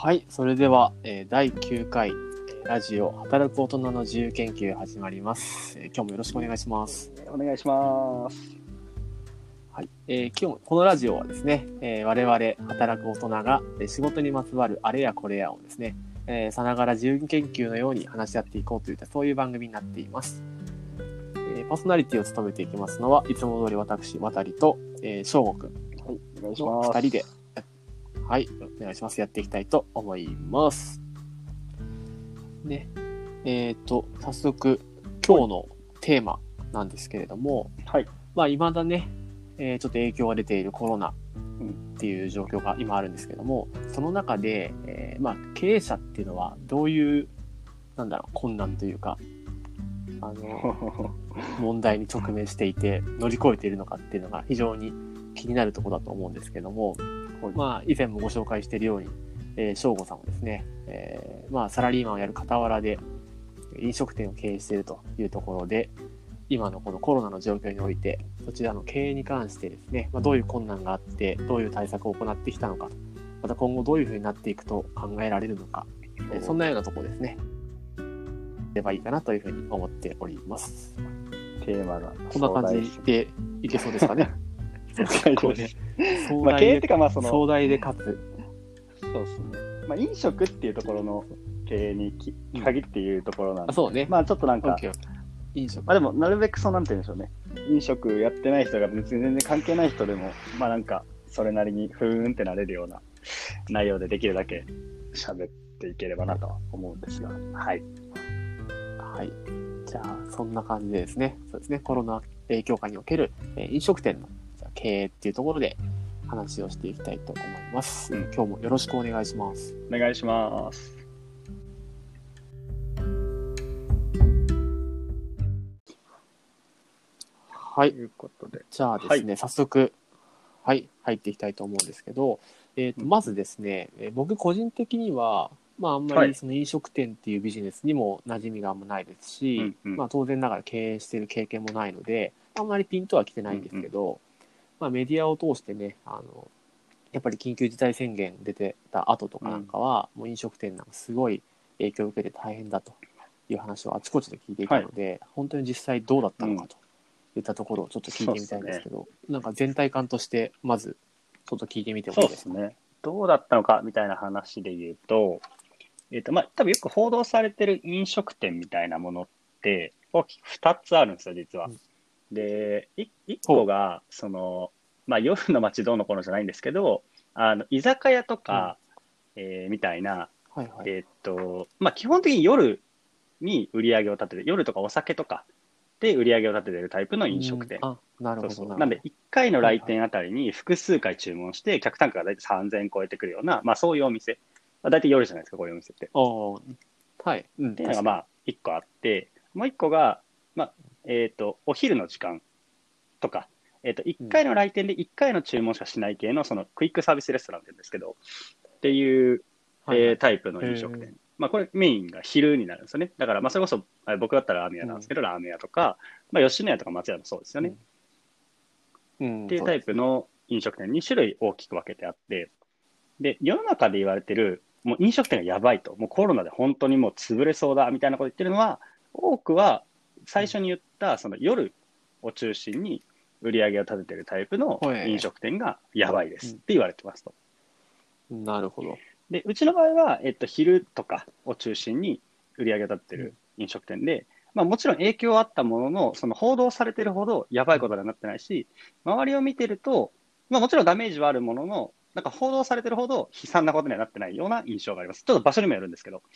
はい、それでは、第9回、ラジオ働く大人の自由研究始まります。今日もよろしくお願いします。 お願いします。 はい、今日もこのラジオはですね、我々働く大人が仕事にまつわるあれやこれやをですね、さながら自由研究のように話し合っていこうといったそういう番組になっています。パーソナリティを務めていきますのはいつも通り私渡と翔吾くんの2人で、はい、お願いします。やっていきたいと思います。ね、早速今日のテーマなんですけれども、 はい、 未だね、ちょっと影響が出ているコロナっていう状況が今あるんですけども、その中で、経営者っていうのはどういう困難というか問題に直面していて乗り越えているのかっていうのが非常に気になるところだと思うんですけども、以前もご紹介しているように、翔吾さんはですね、サラリーマンをやる傍らで飲食店を経営しているというところで、今のこのコロナの状況においてそちらの経営に関してですね、どういう困難があってどういう対策を行ってきたのかと、また今後どういうふうになっていくと考えられるのか、そんなようなところですねればいいかなというふうに思っております。 テーマがこんな感じでいけそうですかね。 壮大でかつ、 そうですね。飲食っていうところの経営に限っていうところなんで、 そうね。 ちょっと飲食。 でもなるべくなんて言うんでしょうね。飲食やってない人が別に全然関係ない人でも、それなりにふーんってなれるような内容でできるだけ喋っていければなとは思うんですが、はい。 はい。じゃあそんな感じでですね、そうですね、コロナ影響下における飲食店の経営っていうところで話をしていきたいと思います。今日もよろしくお願いします。 お願いします。 はい。 ということで、 じゃあですね、早速、入っていきたいと思うんですけど、まずですね、僕個人的には、あんまりその飲食店っていうビジネスにも馴染みがあんまないですし、当然ながら経営している経験もないので、あんまりピンとは来てないんですけど、メディアを通してね、やっぱり緊急事態宣言出てた後とかなんかは、もう飲食店なんかすごい影響を受けて大変だという話をあちこちで聞いていたので、本当に実際どうだったのかといったところをちょっと聞いてみたいんですけど、全体感としてまずちょっと聞いてみてもいいですか？ そうですね。どうだったのかみたいな話で言うと、多分よく報道されてる飲食店みたいなものって大きく2つあるんですよ、実は。で、1個が夜の街どうのこうのじゃないんですけど、居酒屋とか、みたいな、基本的に夜に売り上げを立てて、夜とかお酒とかで売り上げを立ててるタイプの飲食店。 なるほど。 なんで1回の来店あたりに複数回注文して客単価が大体3000円超えてくるような、そういうお店、大体夜じゃないですか、こういうお店って。っていうのが1個あって、もう1個が、お昼の時間とか、1回の来店で1回の注文しかしない系のそのクイックサービスレストランって言うんですけど、っていう、タイプの飲食店。これメインが昼になるんですよね。だからそれこそ僕だったらラーメン屋なんですけど、ラーメン屋とか、吉野家とか松屋もそうですよね。っていうタイプの飲食店2種類大きく分けてあって、で、世の中で言われてる、もう飲食店がやばいと、もうコロナで本当にもう潰れそうだみたいなこと言ってるのは、多くは最初に言ったその夜を中心に売り上げを立ててるタイプの飲食店がやばいですって言われてますと。 なるほど。 で、うちの場合は、昼とかを中心に売り上げを立ててる飲食店で、もちろん影響はあったものの、その報道されてるほどやばいことにはなってないし、周りを見てると、もちろんダメージはあるものの、報道されてるほど悲惨なことにはなってないような印象があります。ちょっと場所にもよるんですけど。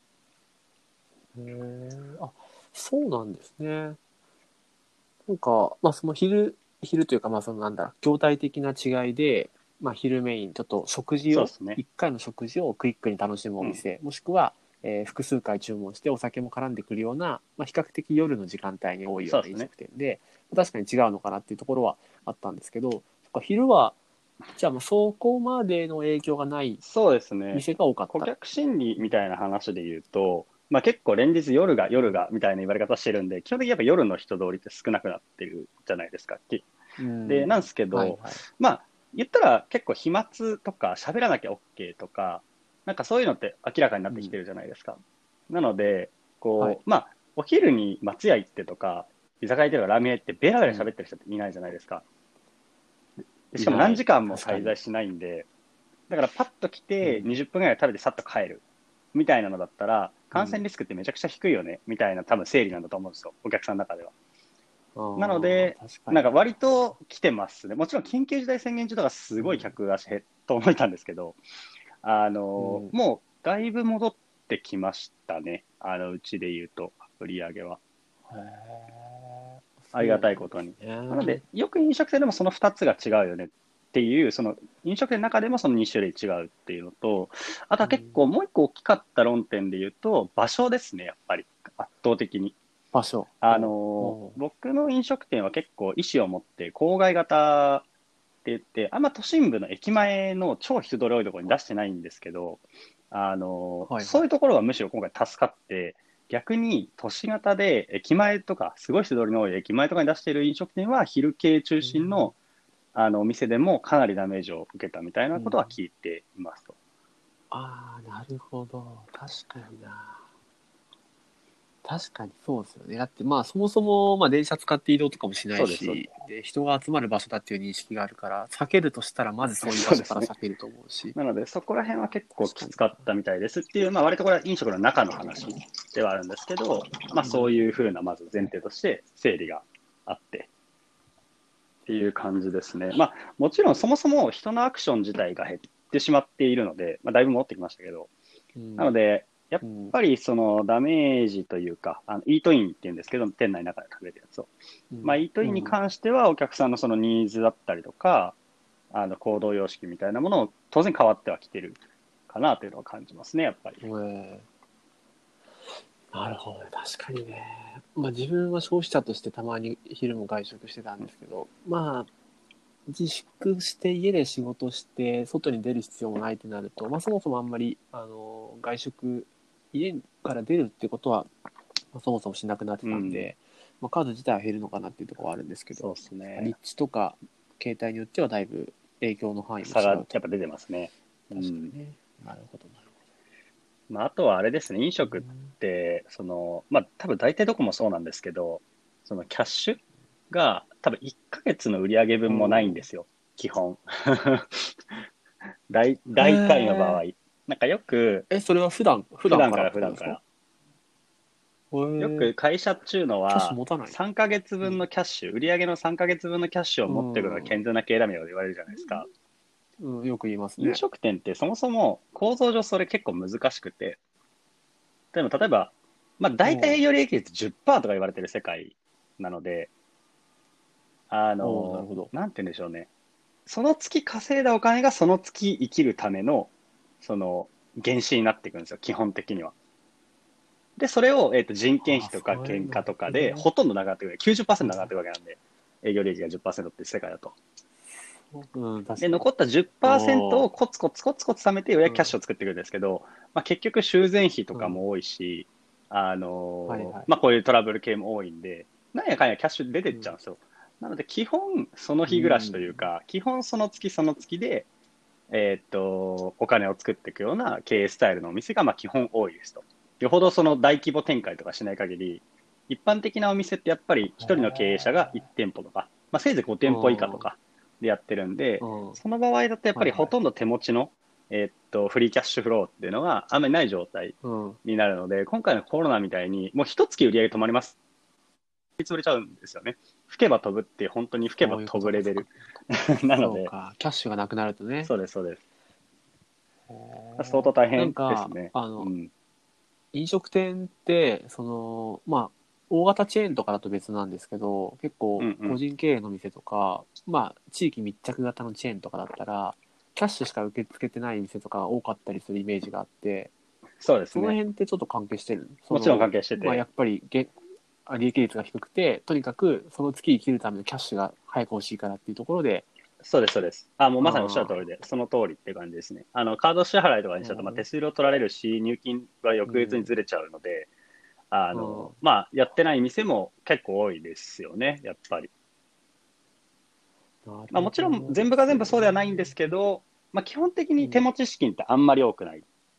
そうなんですね。その昼というか、業態的な違いで、昼メイン、ちょっと食事を、1回の食事をクイックに楽しむお店、もしくは、複数回注文してお酒も絡んでくるような、比較的夜の時間帯に多いような飲食店で、確かに違うのかなっていうところはあったんですけど、昼は、じゃあそこまでの影響がない店が多かった。 顧客心理みたいな話で言うと、結構連日夜がみたいな言われ方してるんで、基本的にやっぱ夜の人通りって少なくなってるじゃないですか。で、なんですけど、言ったら結構飛沫とか喋らなきゃ OK とか、 なんかそういうのって明らかになってきてるじゃないですか。なので、こう、 はいまあ、お昼に松屋行ってとか、居酒屋行ってとかラーメン屋行ってベラベラ喋ってる人っていないじゃないですか。でしかも何時間も滞在しないんで、だからパッと来て20分ぐらい食べてさっと帰るみたいなのだったら、感染リスクってめちゃくちゃ低いよねみたいな多分整理なんだと思うんですよ、お客さんの中では。なので、なんか割と来てますね。もちろん緊急事態宣言中とかすごい客足減っと思ったんですけど、もうだいぶ戻ってきましたね。うちで言うと、売り上げは。ありがたいことに。なので、よく飲食店でもその2つが違うよねっていう、その飲食店の中でもその2種類違うっていうのと、あとは結構もう一個大きかった論点で言うと、場所ですね、やっぱり。圧倒的に。 場所。 僕の飲食店は結構意思を持って郊外型って言って、あんま都心部の駅前の超人通り多いところに出してないんですけど、そういうところはむしろ今回助かって、逆に都市型で駅前とか、すごい人通りの多い駅前とかに出している飲食店は昼系中心の、お店でもかなりダメージを受けたみたいなことは聞いていますと。 ああ、なるほど。確かにな。確かにそうですよね。だってまあそもそもまあ電車使って移動とかもしないし、で人が集まる場所だっていう認識があるから、避けるとしたらまずそういう場所から避けると思うし。 なのでそこら辺は結構きつかったみたいですっていう、まあ割とこれは飲食の中の話ではあるんですけど、まあそういうふうなまず前提として整理があってっていう感じですね。まあもちろんそもそも人のアクション自体が減ってしまっているので、まあだいぶ戻ってきましたけど、なので、やっぱりそのダメージというか、イートインっていうんですけど、店内の中で食べるやつを。まあ、イートインに関しては、お客さんのそのニーズだったりとか、行動様式みたいなものを当然変わってはきてるかなというのは感じますね、やっぱり。 なるほどね、確かにね。まあ自分は消費者としてたまに昼も外食してたんですけど、まあ、自粛して家で仕事して外に出る必要もないってなると、まあそもそもあんまり、外食、家から出るってことは、まあ、そもそもしなくなってたんで、まあ、数自体は減るのかなっていうところはあるんですけど、 そうですね、 立地とか携帯によってはだいぶ影響の範囲も差がやっぱ出てますね。 確かにね。なるほどなるほど。まあ、あとはあれですね、飲食って、まあ多分大体どこもそうなんですけど、そのキャッシュが多分1ヶ月の売上分もないんですよ、基本。大体の場合。なんかよく、 それは普段から。 よく会社っていうのは、3ヶ月分のキャッシュ、売上の3ヶ月分のキャッシュを持っていくのが健全な経営だみたいなこと言われるじゃないですか。 よく言いますね。 飲食店ってそもそも構造上それ結構難しくて、例えば、まあ大体営業利益率10%とか言われてる世界なので、なんて言うんでしょうね。その月稼いだお金がその月生きるための、原資になっていくんですよ、基本的には。で、それを、人件費とか原価とかで、ほとんどなくなってくる。90% なくなってくるわけなんで、営業利益が 10% って世界だと。で、残った 10% をコツコツ貯めて、ようやくキャッシュを作っていくんですけど、まあ、結局、修繕費とかも多いし、まあ、こういうトラブル系も多いんで、なんやかんやキャッシュ出てっちゃうんですよ。なので、基本、その日暮らしというか、基本その月その月で、お金を作っていくような経営スタイルのお店が、まあ、基本多いですと。よほどその大規模展開とかしない限り、一般的なお店ってやっぱり一人の経営者が1店舗とか、まあ、せいぜい5店舗以下とかでやってるんで、その場合だとやっぱりほとんど手持ちの、フリーキャッシュフローっていうのがあんまりない状態になるので、今回のコロナみたいにもう一月売り上げ止まります。潰れちゃうんですよね。吹けば飛ぶって本当に吹けば飛ぶレベルなので。 キャッシュがなくなるとね。 そうです、そうです。相当大変ですね。 飲食店ってまあ大型チェーンとかだと別なんですけど、結構個人経営の店とか、まあ地域密着型のチェーンとかだったらキャッシュしか受け付けてない店とかが多かったりするイメージがあって、 そうですね。 その辺ってちょっと関係してる。 もちろん関係してて、 まあ、やっぱり利益率が低くて、とにかくその月生きるためのキャッシュが早く欲しいからっていうところで。 そうです、そうです。もうまさにおっしゃる通りで、その通りって感じですね。カード支払いとかにしたと、まあ、手数料取られるし、入金は翌月にずれちゃうので、まあ、やってない店も結構多いですよね、やっぱり。まあ、もちろん全部が全部そうではないんですけど、まあ、基本的に手持ち資金ってあんまり多くない。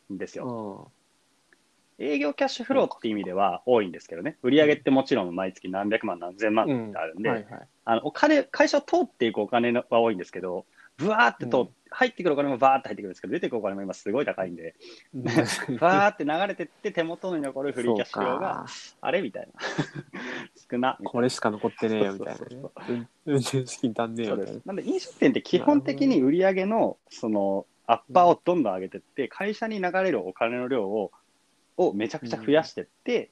んですよ。 営業キャッシュフローって意味では多いんですけどね、売上ってもちろん毎月何百万何千万ってあるんで、会社を通っていくお金は多いんですけど、ブワーって入ってくるお金もバーって入ってくるんですけど、出てくるお金も今すごい高いんで、バーって流れてって手元に残るフリーキャッシュ量があれみたいな少なこれしか残ってねえよみたいな、運転資金足んねえよみたいな。 なんで飲食店って基本的に売上のそのアッパーをどんどん上げてって、会社に流れるお金の量をめちゃくちゃ増やしていって、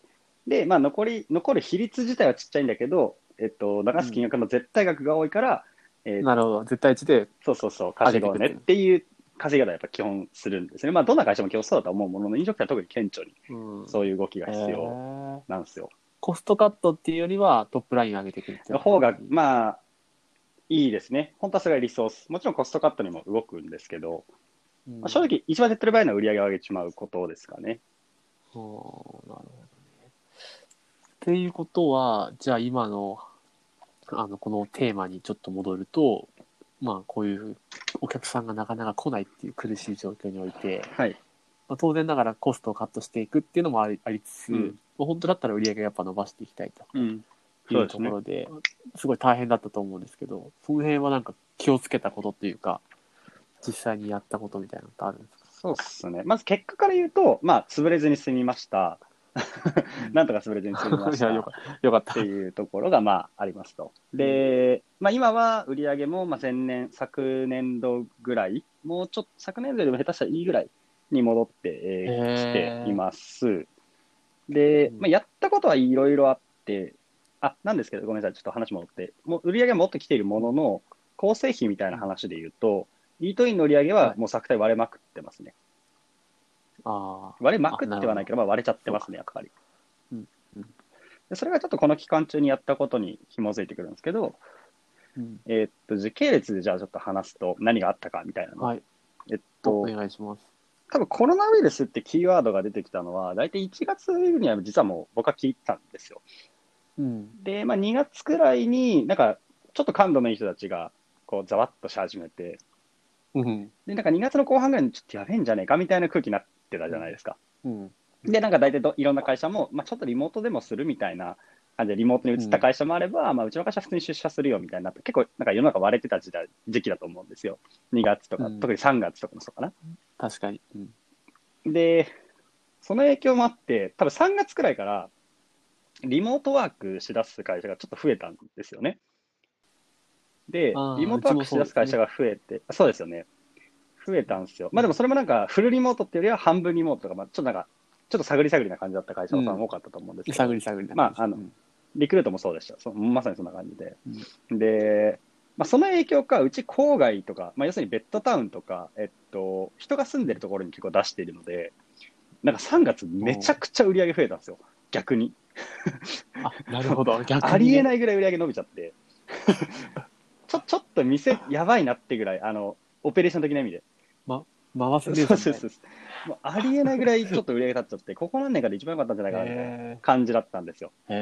で、まあ、残る比率自体はちっちゃいんだけど、流す金額の絶対額が多いから、 なるほど、絶対値で稼ごうねっていう稼ぎ方はやっぱ基本するんですね。まあ、どんな会社も基本そうだと思うものの、飲食店は特に顕著にそういう動きが必要なんですよ。 コストカットっていうよりはトップライン上げていくっていうの方が、まあ、いいですね。本当はそれが理想です。もちろんコストカットにも動くんですけど、まあ、正直一番手っ取り早いのは売り上げを上げてしまうことですかね。 なるほどね。っていうことは、じゃあ今のこのテーマにちょっと戻ると、まあこういうお客さんがなかなか来ないっていう苦しい状況において、まあ、当然ながらコストをカットしていくっていうのもありつつ、まあ、本当だったら売り上げをやっぱ伸ばしていきたいというところで、すごい大変だったと思うんですけど、その辺はなんか気をつけたことっていうか、実際にやったことみたいなのってあるんですか？ そうですね。まず結果から言うと、まあ、潰れずに済みました。なんとか潰れずに済みました。 よかった。 っていうところが、まあ、ありますと。で、まあ、今は売り上げも、まあ、昨年度ぐらい、もうちょっと、昨年度よりも下手したらいいぐらいに戻ってきています。で、まあ、やったことはいろいろあって、なんですけど、ごめんなさい、ちょっと話戻って、もう売り上げはもっと来ているものの、構成比みたいな話で言うと、イートインの売り上げはもう作体割れまくってますね。割れまくってはないけど、まあ、割れちゃってますね、やっぱり。でそれがちょっとこの期間中にやったことに紐づいてくるんですけど、時系列でじゃあちょっと話すと何があったかみたいなの。 お願いします。 多分コロナウイルスってキーワードが出てきたのは、大体1月には実はもう僕は聞いたんですよ。で、まあ、2月くらいになんかちょっと感度のいい人たちがこうざわっとし始めて、で、なんか2月の後半ぐらいにちょっとやべえんじゃねえかみたいな空気になってたじゃないですか。で、なんか大体いろんな会社も、まあ、ちょっとリモートでもするみたいな感じで、リモートに移った会社もあれば、まあ、うちの会社は普通に出社するよみたいになって、結構なんか世の中割れてた時期だと思うんですよ。2月とか、特に3月とかもそうかな。 確かに。 で、その影響もあって、多分3月くらいからリモートワークしだす会社がちょっと増えたんですよね。で、リモートワークしだす会社が増えて、そうですよね。増えたんですよ。まあでもそれもなんかフルリモートっていうよりは半分リモートとか、まあ、ちょっと探り探りな感じだった会社さん多かったと思うんですけど、 探り探りなまあリクルートもそうでした。まさにそんな感じで。で、まあ、その影響か、うち郊外とか、まあ、要するにベッドタウンとか、人が住んでるところに結構出しているので、なんか3月めちゃくちゃ売り上げ増えたんですよ。逆に。 なるほど。逆に、 ありえないぐらい売り上げ伸びちゃって。ちょっと店やばいなってぐらい、オペレーション的な意味で。 回せねえそう。もうありえないぐらいちょっと売り上げ立っちゃって、ここ何年かで一番良かったんじゃないかなみたいな感じだったんですよ。び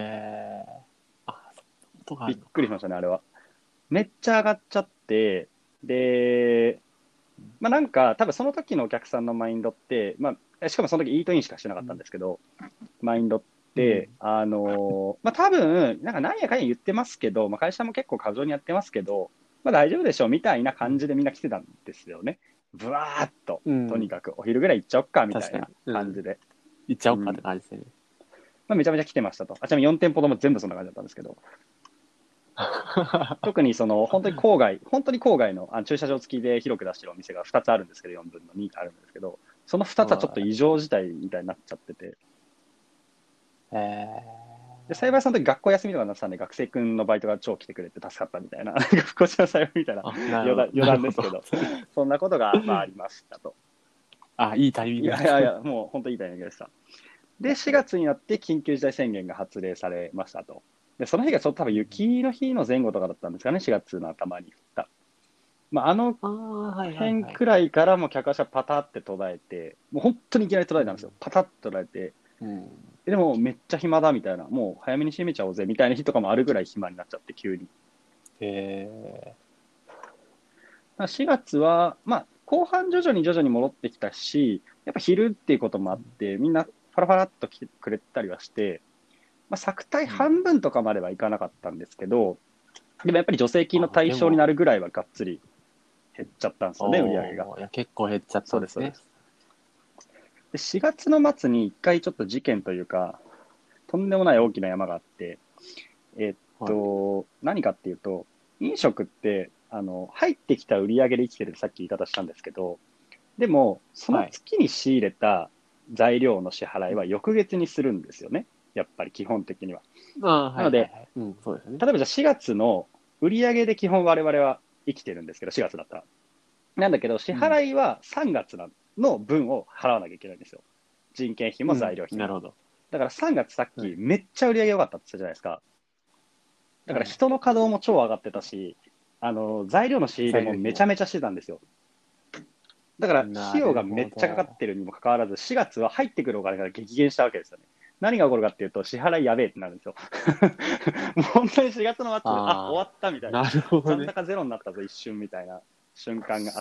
っくりしましたね、あれは。めっちゃ上がっちゃって、で、まあなんか、多分その時のお客さんのマインドって、まあ、しかもその時イートインしかしてなかったんですけど、マインドって、まあ多分、なんか何やかんや言ってますけど、まあ会社も結構過剰にやってますけど、まあ大丈夫でしょうみたいな感じでみんな来てたんですよね。ぶわーっと、とにかくお昼ぐらい行っちゃおっかみたいな感じで。 行っちゃおっかって感じですね。 まあめちゃめちゃ来てましたと。ちなみに4店舗とも全部そんな感じだったんですけど。特に本当に郊外の、駐車場付きで広く出してるお店が2つあるんですけど、4分の2あるんですけど、その2つはちょっと異常事態みたいになっちゃってて。で幸いその時学校休みとかになってたんで、学生くんのバイトが超来てくれて助かったみたいな、こちら幸いみたいな余談ですけど、そんなことがまあありましたと。 いいタイミングでした。いや、もう本当にいいタイミングでした。で、4月になって緊急事態宣言が発令されましたと。で、その日がちょっと多分雪の日の前後とかだったんですかね、4月の頭に降った。まあ、辺くらいからもう客足はパタって途絶えて、もう本当にいきなり途絶えたんですよ。パタッと途絶えて。でもめっちゃ暇だみたいな、もう早めに閉めちゃおうぜみたいな日とかもあるぐらい暇になっちゃって、急に。4月は、まあ、 後半徐々に戻ってきたし、やっぱ昼っていうこともあって、みんなファラファラっと来てくれたりはして、まあ、作体半分とかまではいかなかったんですけど、でもやっぱり助成金の対象になるぐらいはがっつり減っちゃったんですよね、売り上げが。 いや結構減っちゃったんですね。 で4月の末に1回ちょっと事件というか、とんでもない大きな山があって、何かっていうと、飲食って入ってきた売り上げで生きてるってさっき言い方したんですけど、でもその月に仕入れた材料の支払いは翌月にするんですよね、やっぱり基本的には。なので、例えばじゃあ4月の売り上げで基本我々は生きてるんですけど、4月だったら。なんだけど、支払いは3月の分を払わなきゃいけないんですよ。人件費も材料費も。 なるほど。 だから3月さっきめっちゃ売り上げ良かったって言ったじゃないですか。だから人の稼働も超上がってたし、材料の仕入れもめちゃめちゃしてたんですよ。だから費用がめっちゃかかってるにもかかわらず、4月は入ってくるお金が激減したわけですよね。何が起こるかっていうと、支払いやべえってなるんですよ。もう本当に4月の末で、終わったみたいな。 なるほどね。 残高ゼロになったぞ、一瞬みたいな瞬間があって。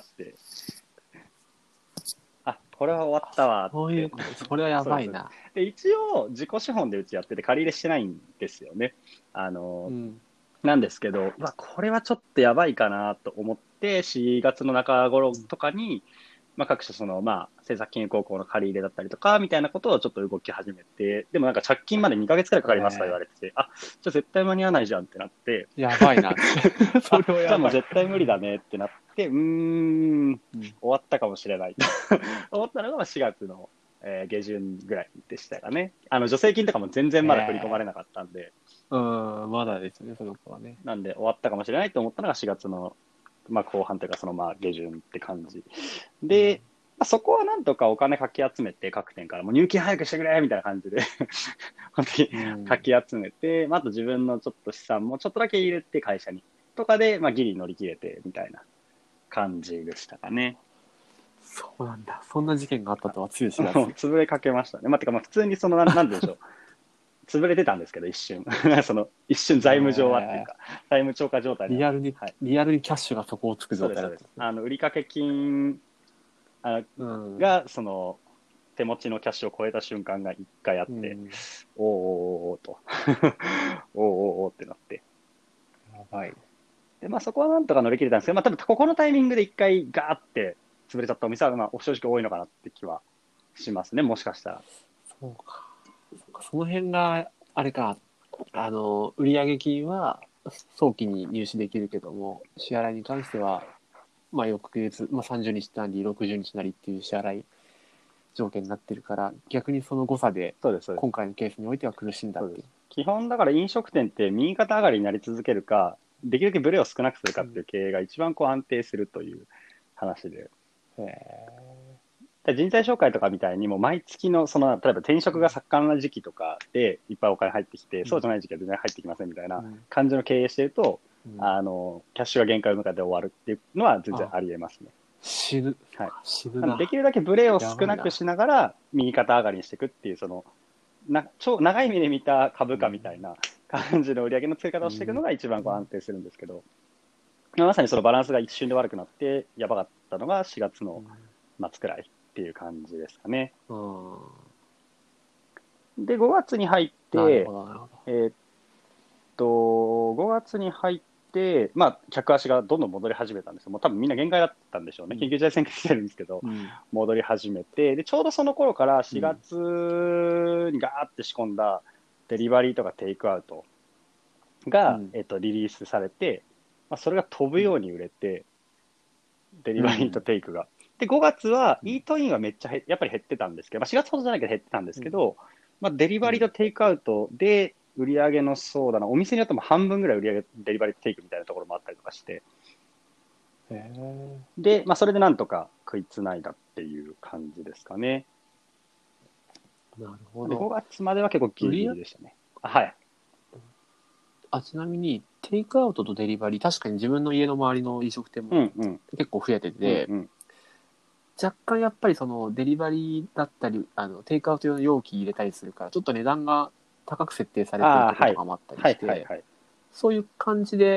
これは終わったわって。 それはやばいな。 で、一応、自己資本でうちやってて、借り入れしてないんですよね。なんですけど、これはちょっとやばいかなと思って、4月の中頃とかに、各社政策金融高校の借り入れだったりとか、みたいなことをちょっと動き始めて、でもなんか借金まで2ヶ月くらいかかりますと言われてて、じゃあ絶対間に合わないじゃんってなって、 やばいな。 それはじゃあもう絶対無理だねってなって、終わったかもしれないと思ったのが4月の下旬ぐらいでしたかね。助成金とかも全然まだ振り込まれなかったんで。 まだですね、その子はね。 なんで終わったかもしれないと思ったのが4月の後半というか、下旬って感じ。で、そこはなんとかお金かき集めて、各店からもう入金早くしてくれみたいな感じで、本当にかき集めて、あと自分のちょっと資産もちょっとだけ入れて会社に、とかで、ギリ乗り切れてみたいな感じでしたかね。 そうなんだ。そんな事件があったとはつゆ知らず。 潰れかけましたね。てか普通になんでしょう。潰れてたんですけど、一瞬。一瞬財務上はっていうか、財務超過状態リアルにキャッシュがそこをつく状態だった。 売掛金が、手持ちのキャッシュを超えた瞬間が一回あって、おーと、おーってなって。 やばい。 で、そこはなんとか乗り切れたんですけど、多分ここのタイミングで一回ガーって潰れちゃったお店は、正直多いのかなって気はしますね、もしかしたら。 そうか。その辺が、あれか、売上金は早期に入手できるけども、支払いに関しては、翌月、30日なり60日なりっていう支払い条件になってるから、逆にその誤差で、今回のケースにおいては苦しんだっていう。 基本だから飲食店って右肩上がりになり続けるか、できるだけブレを少なくするかっていう経営が一番安定するという話で。人材紹介とかみたいにも毎月の例えば転職が盛んな時期とかでいっぱいお金入ってきて、そうじゃない時期は全然入ってきませんみたいな感じの経営してると、キャッシュが限界を迎えて終わるっていうのは全然ありえますね。 死ぬな。 できるだけブレを少なくしながら右肩上がりにしていくっていう超長い目で見た株価みたいな感じの売り上げの付け方をしていくのが一番安定するんですけど、まさにそのバランスが一瞬で悪くなってやばかったのが4月の末くらいっていう感じですかね。で、5月に入って、5月に入って、客足がどんどん戻り始めたんですよ。もう多分みんな限界だったんでしょうね。緊急事態宣言してるんですけど、戻り始めて、で、ちょうどその頃から4月にガーって仕込んだデリバリーとかテイクアウトが、リリースされて、それが飛ぶように売れて、デリバリーとテイクが。で、5月は、イートインはめっちゃやっぱり減ってたんですけど、4月ほどじゃないけど減ってたんですけど、デリバリーとテイクアウトで、売り上げのお店によっても半分ぐらい売り上げ、デリバリーとテイクみたいなところもあったりとかして、で、それでなんとか食いつないだっていう感じですかね。 なるほど。 5月までは結構ギリギリでしたね。はい。 ちなみに、テイクアウトとデリバリー、確かに自分の家の周りの飲食店も結構増えてて、若干やっぱりそのデリバリーだったり、テイクアウト用の容器入れたりするから、ちょっと値段が高く設定されてるところとかもあったりして、そういう感じで、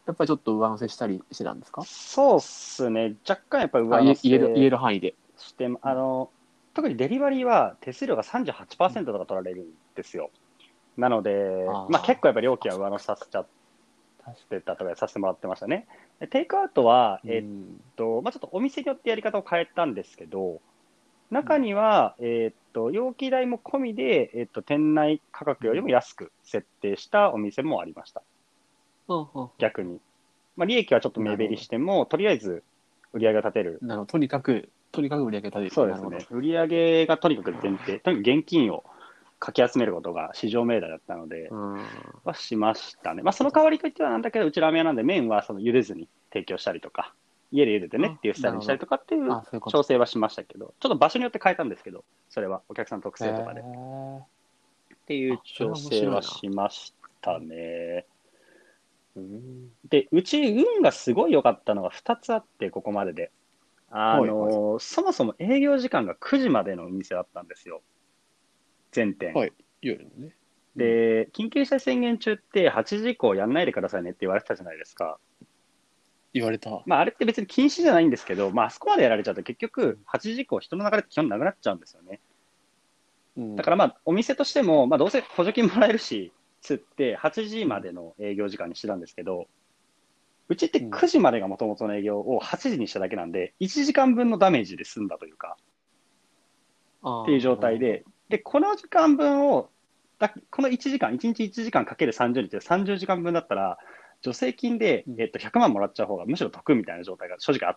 やっぱりちょっと上乗せしたりしてたんですか？ そうっすね。若干やっぱり上乗せ言える範囲で。 して、特にデリバリーは手数料が 38% とか取られるんですよ。なので、結構やっぱり料金は上乗せさせちゃってたとかさせてもらってましたね。テイクアウトは、ちょっとお店によってやり方を変えたんですけど、中には、容器代も込みで、店内価格よりも安く設定したお店もありました。逆に。利益はちょっと目減りしても、とりあえず売り上げが立てる。 とにかく売り上げが立てる。 そうですね。売り上げがとにかく前提、とにかく現金をかき集めることが市場命題だったので、はしましたね。その代わりといってはなんだけど、うちラーメン屋なんで麺は茹でずに提供したりとか、家で茹でてねっていうスタイルにしたりとかっていう調整はしましたけど、ちょっと場所によって変えたんですけど、それはお客さん特性とかで。っていう調整はしましたね。で、うち運がすごい良かったのが2つあって、ここまでで。そもそも営業時間が9時までのお店だったんですよ。全店。 はい、夜のね。 で、緊急事態宣言中って8時以降やんないでくださいねって言われてたじゃないですか。 言われた。 あれって別に禁止じゃないんですけど、あそこまでやられちゃうと結局8時以降人の流れって基本なくなっちゃうんですよね。だからお店としても、どうせ補助金もらえるし、つって8時までの営業時間にしてたんですけど、うちって9時までがもともとの営業を8時にしただけなんで、1時間分のダメージで済んだというか、っていう状態で、この時間分を、この1時間、1日1時間かける30日で30時間分だったら、助成金で、100万もらっちゃう方がむしろ得みたいな状態が正直あって。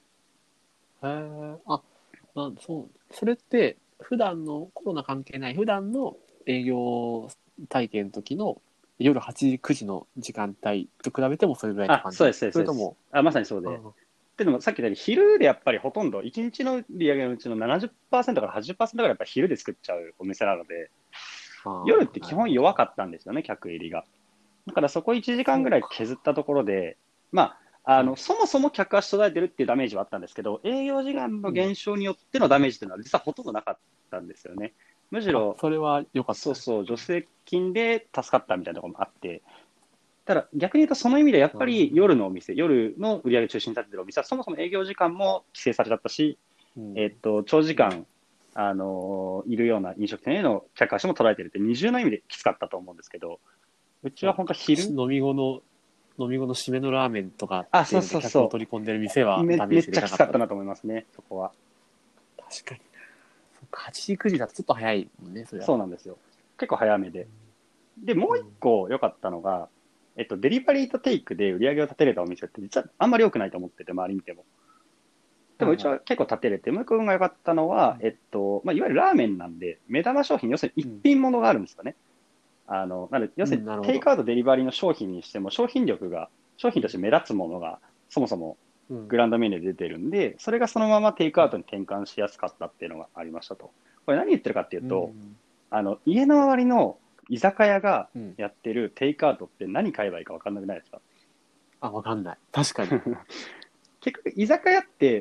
それって、普段のコロナ関係ない、普段の営業体験の時の夜8時、9時の時間帯と比べてもそれぐらいって感じ？ そうです、 それとも。 まさにそうで。っていうのもさっき言ったように昼でやっぱりほとんど1日の売り上げのうちの 70% から 80% がやっぱり昼で作っちゃうお店なので、夜って基本弱かったんですよね、客入りが。だからそこ1時間ぐらい削ったところで、そもそも客足途絶えてるっていうダメージはあったんですけど、営業時間の減少によってのダメージっていうのは実はほとんどなかったんですよね。むしろ、 それは良かった。 そうそう、助成金で助かったみたいなところもあって、ただ逆に言うとその意味でやっぱり夜のお店、夜の売り上げ中心に立っているお店はそもそも営業時間も規制されちゃったし、長時間、いるような飲食店への客足も捉えているって二重の意味できつかったと思うんですけど、うちは本当昼飲み後の締めのラーメンとかそう客を取り込んでる店はめっちゃきつかったなと思いますね、そこは。 確かに。8時、9時だとちょっと早いもんね、それは。 そうなんですよ。結構早めで。で、もう一個良かったのが、デリバリーとテイクで売り上げを立てれたお店って実はあんまり良くないと思ってて、周り見ても。でもうちは結構立てれて、もう一個運が良かったのは、いわゆるラーメンなんで、目玉商品、要するに一品物があるんですよね。なので、要するにテイクアウト、デリバリーの商品にしても、商品として目立つものが、そもそもグランドメニューで出てるんで、それがそのままテイクアウトに転換しやすかったっていうのがありましたと。これ何言ってるかっていうと、家の周りの居酒屋がやってるテイクアウトって何買えばいいか分かんなくないですか？ 分かんない。確かに。 結局、居酒屋って、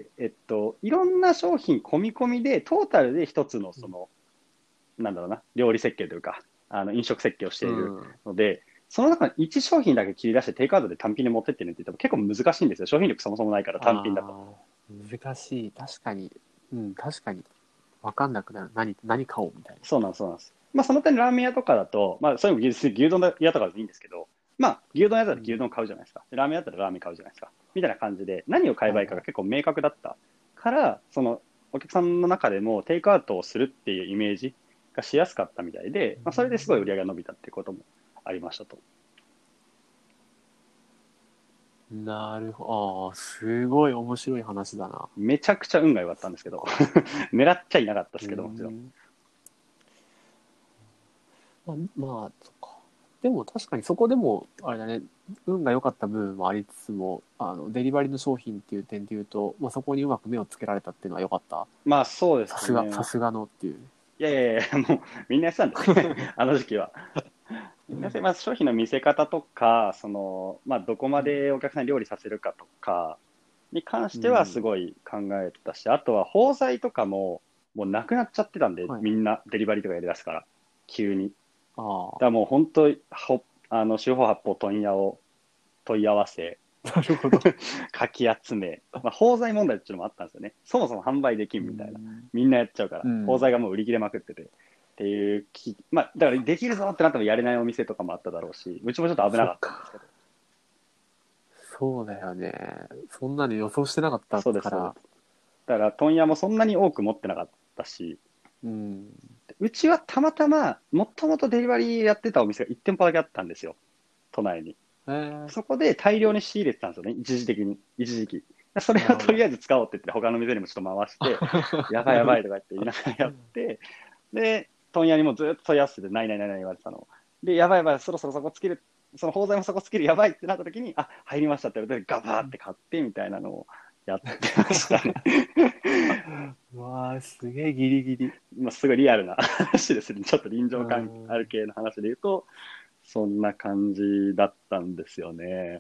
いろんな商品込み込みで、トータルで一つの、なんだろうな、料理設計というか、飲食設計をしているので、その中の1商品だけ切り出してテイクアウトで単品で持ってってねって言っても結構難しいんですよ。商品力そもそもないから単品だと。 難しい。確かに。確かに。分かんなくなる。何買おうみたいな。 そうなんです。その点ラーメン屋とかだと、それも牛丼屋とかでいいんですけど、牛丼屋だったら牛丼買うじゃないですか。ラーメン屋だったらラーメン買うじゃないですか。みたいな感じで、何を買えばいいかが結構明確だったから、お客さんの中でもテイクアウトをするっていうイメージがしやすかったみたいで、それですごい売り上げが伸びたっていうこともありましたと。 なるほど。すごい面白い話だな。 めちゃくちゃ運が良かったんですけど、狙っちゃいなかったですけど、もちろん。 そっか。でも確かにそこでも、あれだね、運が良かった部分もありつつも、デリバリーの商品っていう点で言うと、そこにうまく目をつけられたっていうのは良かった。 そうですね。 さすがのっていう。 いや、もうみんなやってたんですね、あの時期は。みんな商品の見せ方とか、どこまでお客さんに料理させるかとかに関してはすごい考えてたし、あとは包材とかもうなくなっちゃってたんで、みんなデリバリーとかやりだすから、急に。だからもう本当、四方八方問屋を問い合わせ、 なるほど。 かき集め、包材問題っていうのもあったんですよね。そもそも販売できんみたいな。みんなやっちゃうから、包材がもう売り切れまくってて。っていうだからできるぞってなってもやれないお店とかもあっただろうし、うちもちょっと危なかったんですけど。 そうだよね。そんなに予想してなかったから。 そうです。だから問屋もそんなに多く持ってなかったし、うちはたまたまもともとデリバリーやってたお店が1店舗だけあったんですよ、都内に。そこで大量に仕入れてたんですよね、一時期。それをとりあえず使おうって言って、他の店にもちょっと回して、やばいやばいとか言って言いながらやって、で、問屋にもずっと問い合わせて、ない言われてたの。で、やばいやばい、そろそろそこつける、その包材もそこつける、やばいってなった時に、あ、入りましたって言われて、ガバーって買ってみたいなのをやってましたね。 わあ、すげえギリギリ。 すごいリアルな話ですね。ちょっと臨場感ある系の話で言うと、そんな感じだったんですよね。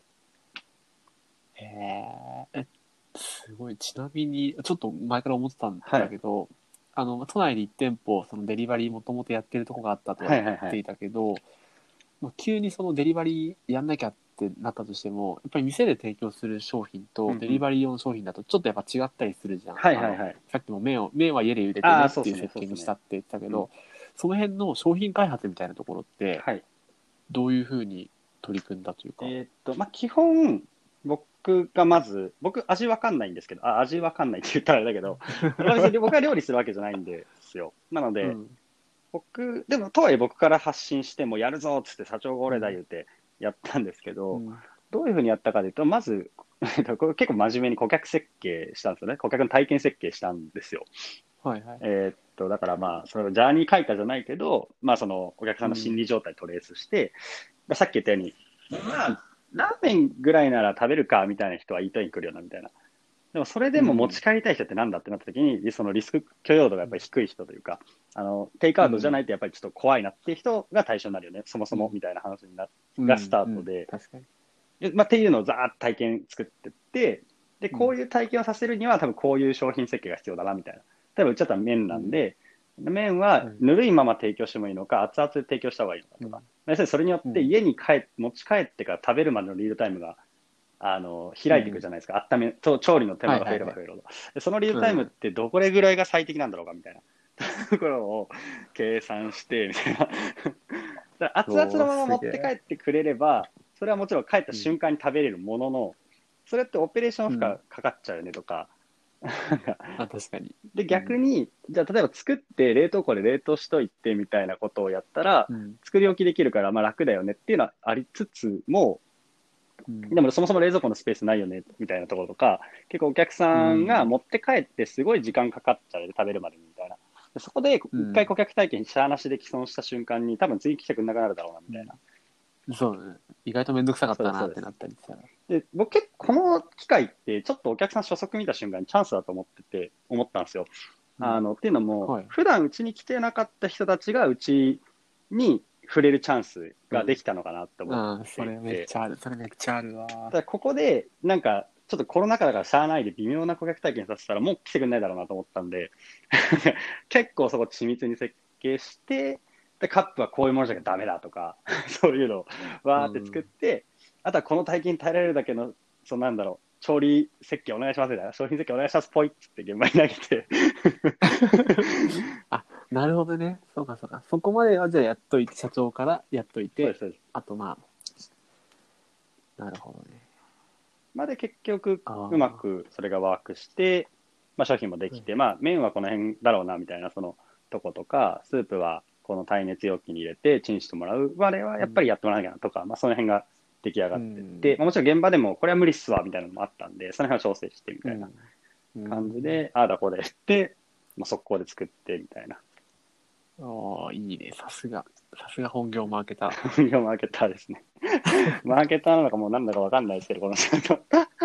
へえ、すごい。ちなみに、ちょっと前から思ってたんだけど、都内に1店舗、そのデリバリーもともとやってるとこがあったとは言っていたけど、急にそのデリバリーやんなきゃってなったとしても、やっぱり店で提供する商品とデリバリー用の商品だとちょっとやっぱ違ったりするじゃん。さっきも麺は家で茹でてねっていう設計にしたって言ってたけど、その辺の商品開発みたいなところって、どういうふうに取り組んだというか。 基本、僕味わかんないんですけど、味わかんないって言ったらあれだけど、僕は料理するわけじゃないんですよ。なので、でもとはいえ僕から発信してもやるぞっつって社長が俺だ言うてやったんですけど、どういうふうにやったかというと、まず、これ結構真面目に顧客設計したんですよね。顧客の体験設計したんですよ。だからそれをジャーニー書いたじゃないけど、そのお客さんの心理状態トレースして、さっき言ったように、ラーメンぐらいなら食べるかみたいな人はイートイン来るよなみたいな。でもそれでも持ち帰りたい人ってなんだってなった時に、そのリスク許容度がやっぱり低い人というか、テイクアウトじゃないとやっぱりちょっと怖いなっていう人が対象になるよね、そもそもみたいな話がスタートで、っていうのをざーっと体験作ってって、で、こういう体験をさせるには多分こういう商品設計が必要だなみたいな。例えばうちだったら麺なんで、麺はぬるいまま提供してもいいのか、熱々で提供した方がいいのかとか、要するにそれによって家に持ち帰ってから食べるまでのリードタイムが開いていくじゃないですか、調理の手間が増えれば増えるほど、そのリードタイムってどこれぐらいが最適なんだろうかみたいなところを計算してみたいな熱々のまま持って帰ってくれれば、それはもちろん帰った瞬間に食べれるものの、それってオペレーション負荷かかっちゃうよねとか、 確かに。 で逆に、じゃあ例えば作って冷凍庫で冷凍しといてみたいなことをやったら、作り置きできるから楽だよねっていうのはありつつも、でもそもそも冷蔵庫のスペースないよねみたいなところとか、結構お客さんが持って帰ってすごい時間かかっちゃうで食べるまでみたいな。そこで一回顧客体験しゃーなしで既存した瞬間に多分次来てくれなくなるだろうなみたいな。 そうね。意外とめんどくさかったなってなったりしたら。 で、僕結構この機会ってちょっとお客さん初速見た瞬間にチャンスだと思ったんですよ。っていうのも、普段うちに来てなかった人たちがうちに触れるチャンスができたのかなって思っていて、 それめっちゃあるわ。 だここでなんかちょっとコロナ禍だからしゃあないで微妙な顧客体験させたらもう来てくれないだろうなと思ったんで結構そこ緻密に設計して、でカップはこういうものじゃダメだとかそういうのをわーって作って、あとはこの体験に耐えられるだけの調理設計お願いしますみたいな、商品設計お願いしますポイって現場に投げてなるほどね。そうか。そこまではじゃあやっといて、社長からやっといて、あとなるほどね。 で結局うまくそれがワークして、商品もできて、麺はこの辺だろうなみたいなそのとことか、スープはこの耐熱容器に入れてチンしてもらう、あれはやっぱりやってもらわなきゃなとか、その辺が出来上がってって、もちろん現場でもこれは無理っすわみたいなのもあったんで、その辺は調整してみたいな感じで、ああだこうでって、速攻で作ってみたいな。 いいね。さすが本業マーケター。 本業マーケターですね。マーケターなのかもうなんだかわかんないですけど、この仕事。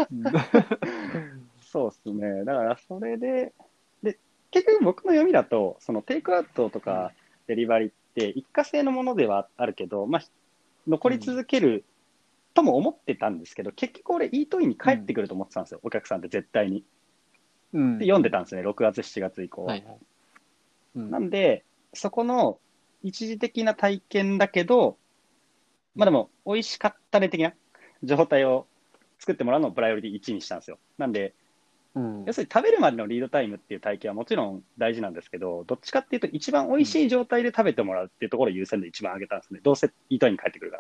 そうですね。だからそれで、結局僕の読みだと、そのテイクアウトとかデリバリーって一過性のものではあるけど、残り続けるとも思ってたんですけど、結局俺イートインに帰ってくると思ってたんですよ、お客さんって絶対に。で読んでたんですね、6月、7月以降は。なんで、そこの一時的な体験だけど、でも美味しかったね的な。 状態を作ってもらうのをプライオリティ1にしたんですよ。なんで、要するに食べるまでのリードタイムっていう体験はもちろん大事なんですけど、どっちかっていうと一番美味しい状態で食べてもらうっていうところを優先で一番上げたんですね。どうせイートインに帰ってくるから。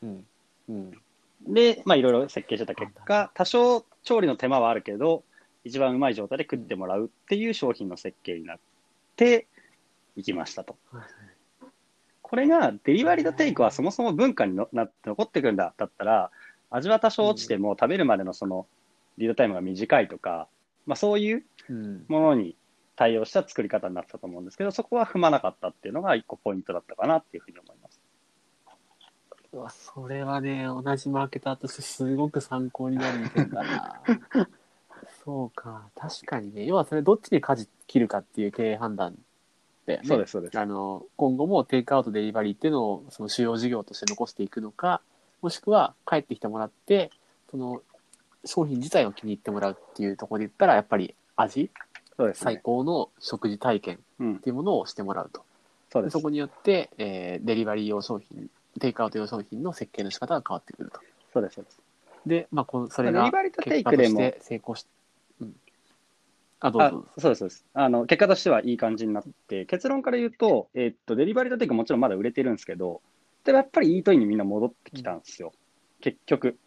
で、まあいろいろ設計してた結果、多少調理の手間はあるけど、一番うまい状態で食ってもらうっていう商品の設計になっていきましたと。これがデリバリーとテイクはそもそも文化になって残ってくるんだったら、味は多少落ちても食べるまでのそのリードタイムが短いとか、まあそういうものに対応した作り方になってたと思うんですけど、そこは踏まなかったっていうのが一個ポイントだったかなっていうふうに思います。 うわ、それはね、同じマーケターとしてすごく参考になる意見だな。そうか、確かにね、要はそれどっちに舵切るかっていう経営判断で、ね、 そうです、そうです。 今後もテイクアウトデリバリーっていうのをその主要事業として残していくのか、もしくは帰ってきてもらって、その商品自体を気に入ってもらうっていうところで言ったら、やっぱり味、 そうですね、 最高の食事体験っていうものをしてもらうと。 そうです。 そこによって、デリバリー用商品、テイクアウト用商品の設計の仕方が変わってくると。 そうです、そうです。 で、まあ、それが結果として成功し、どうぞ。 そうです、そうです。結果としてはいい感じになって、結論から言うと、デリバリーとテイクもちろんまだ売れてるんですけど、でもやっぱりイートインにみんな戻ってきたんですよ。結局。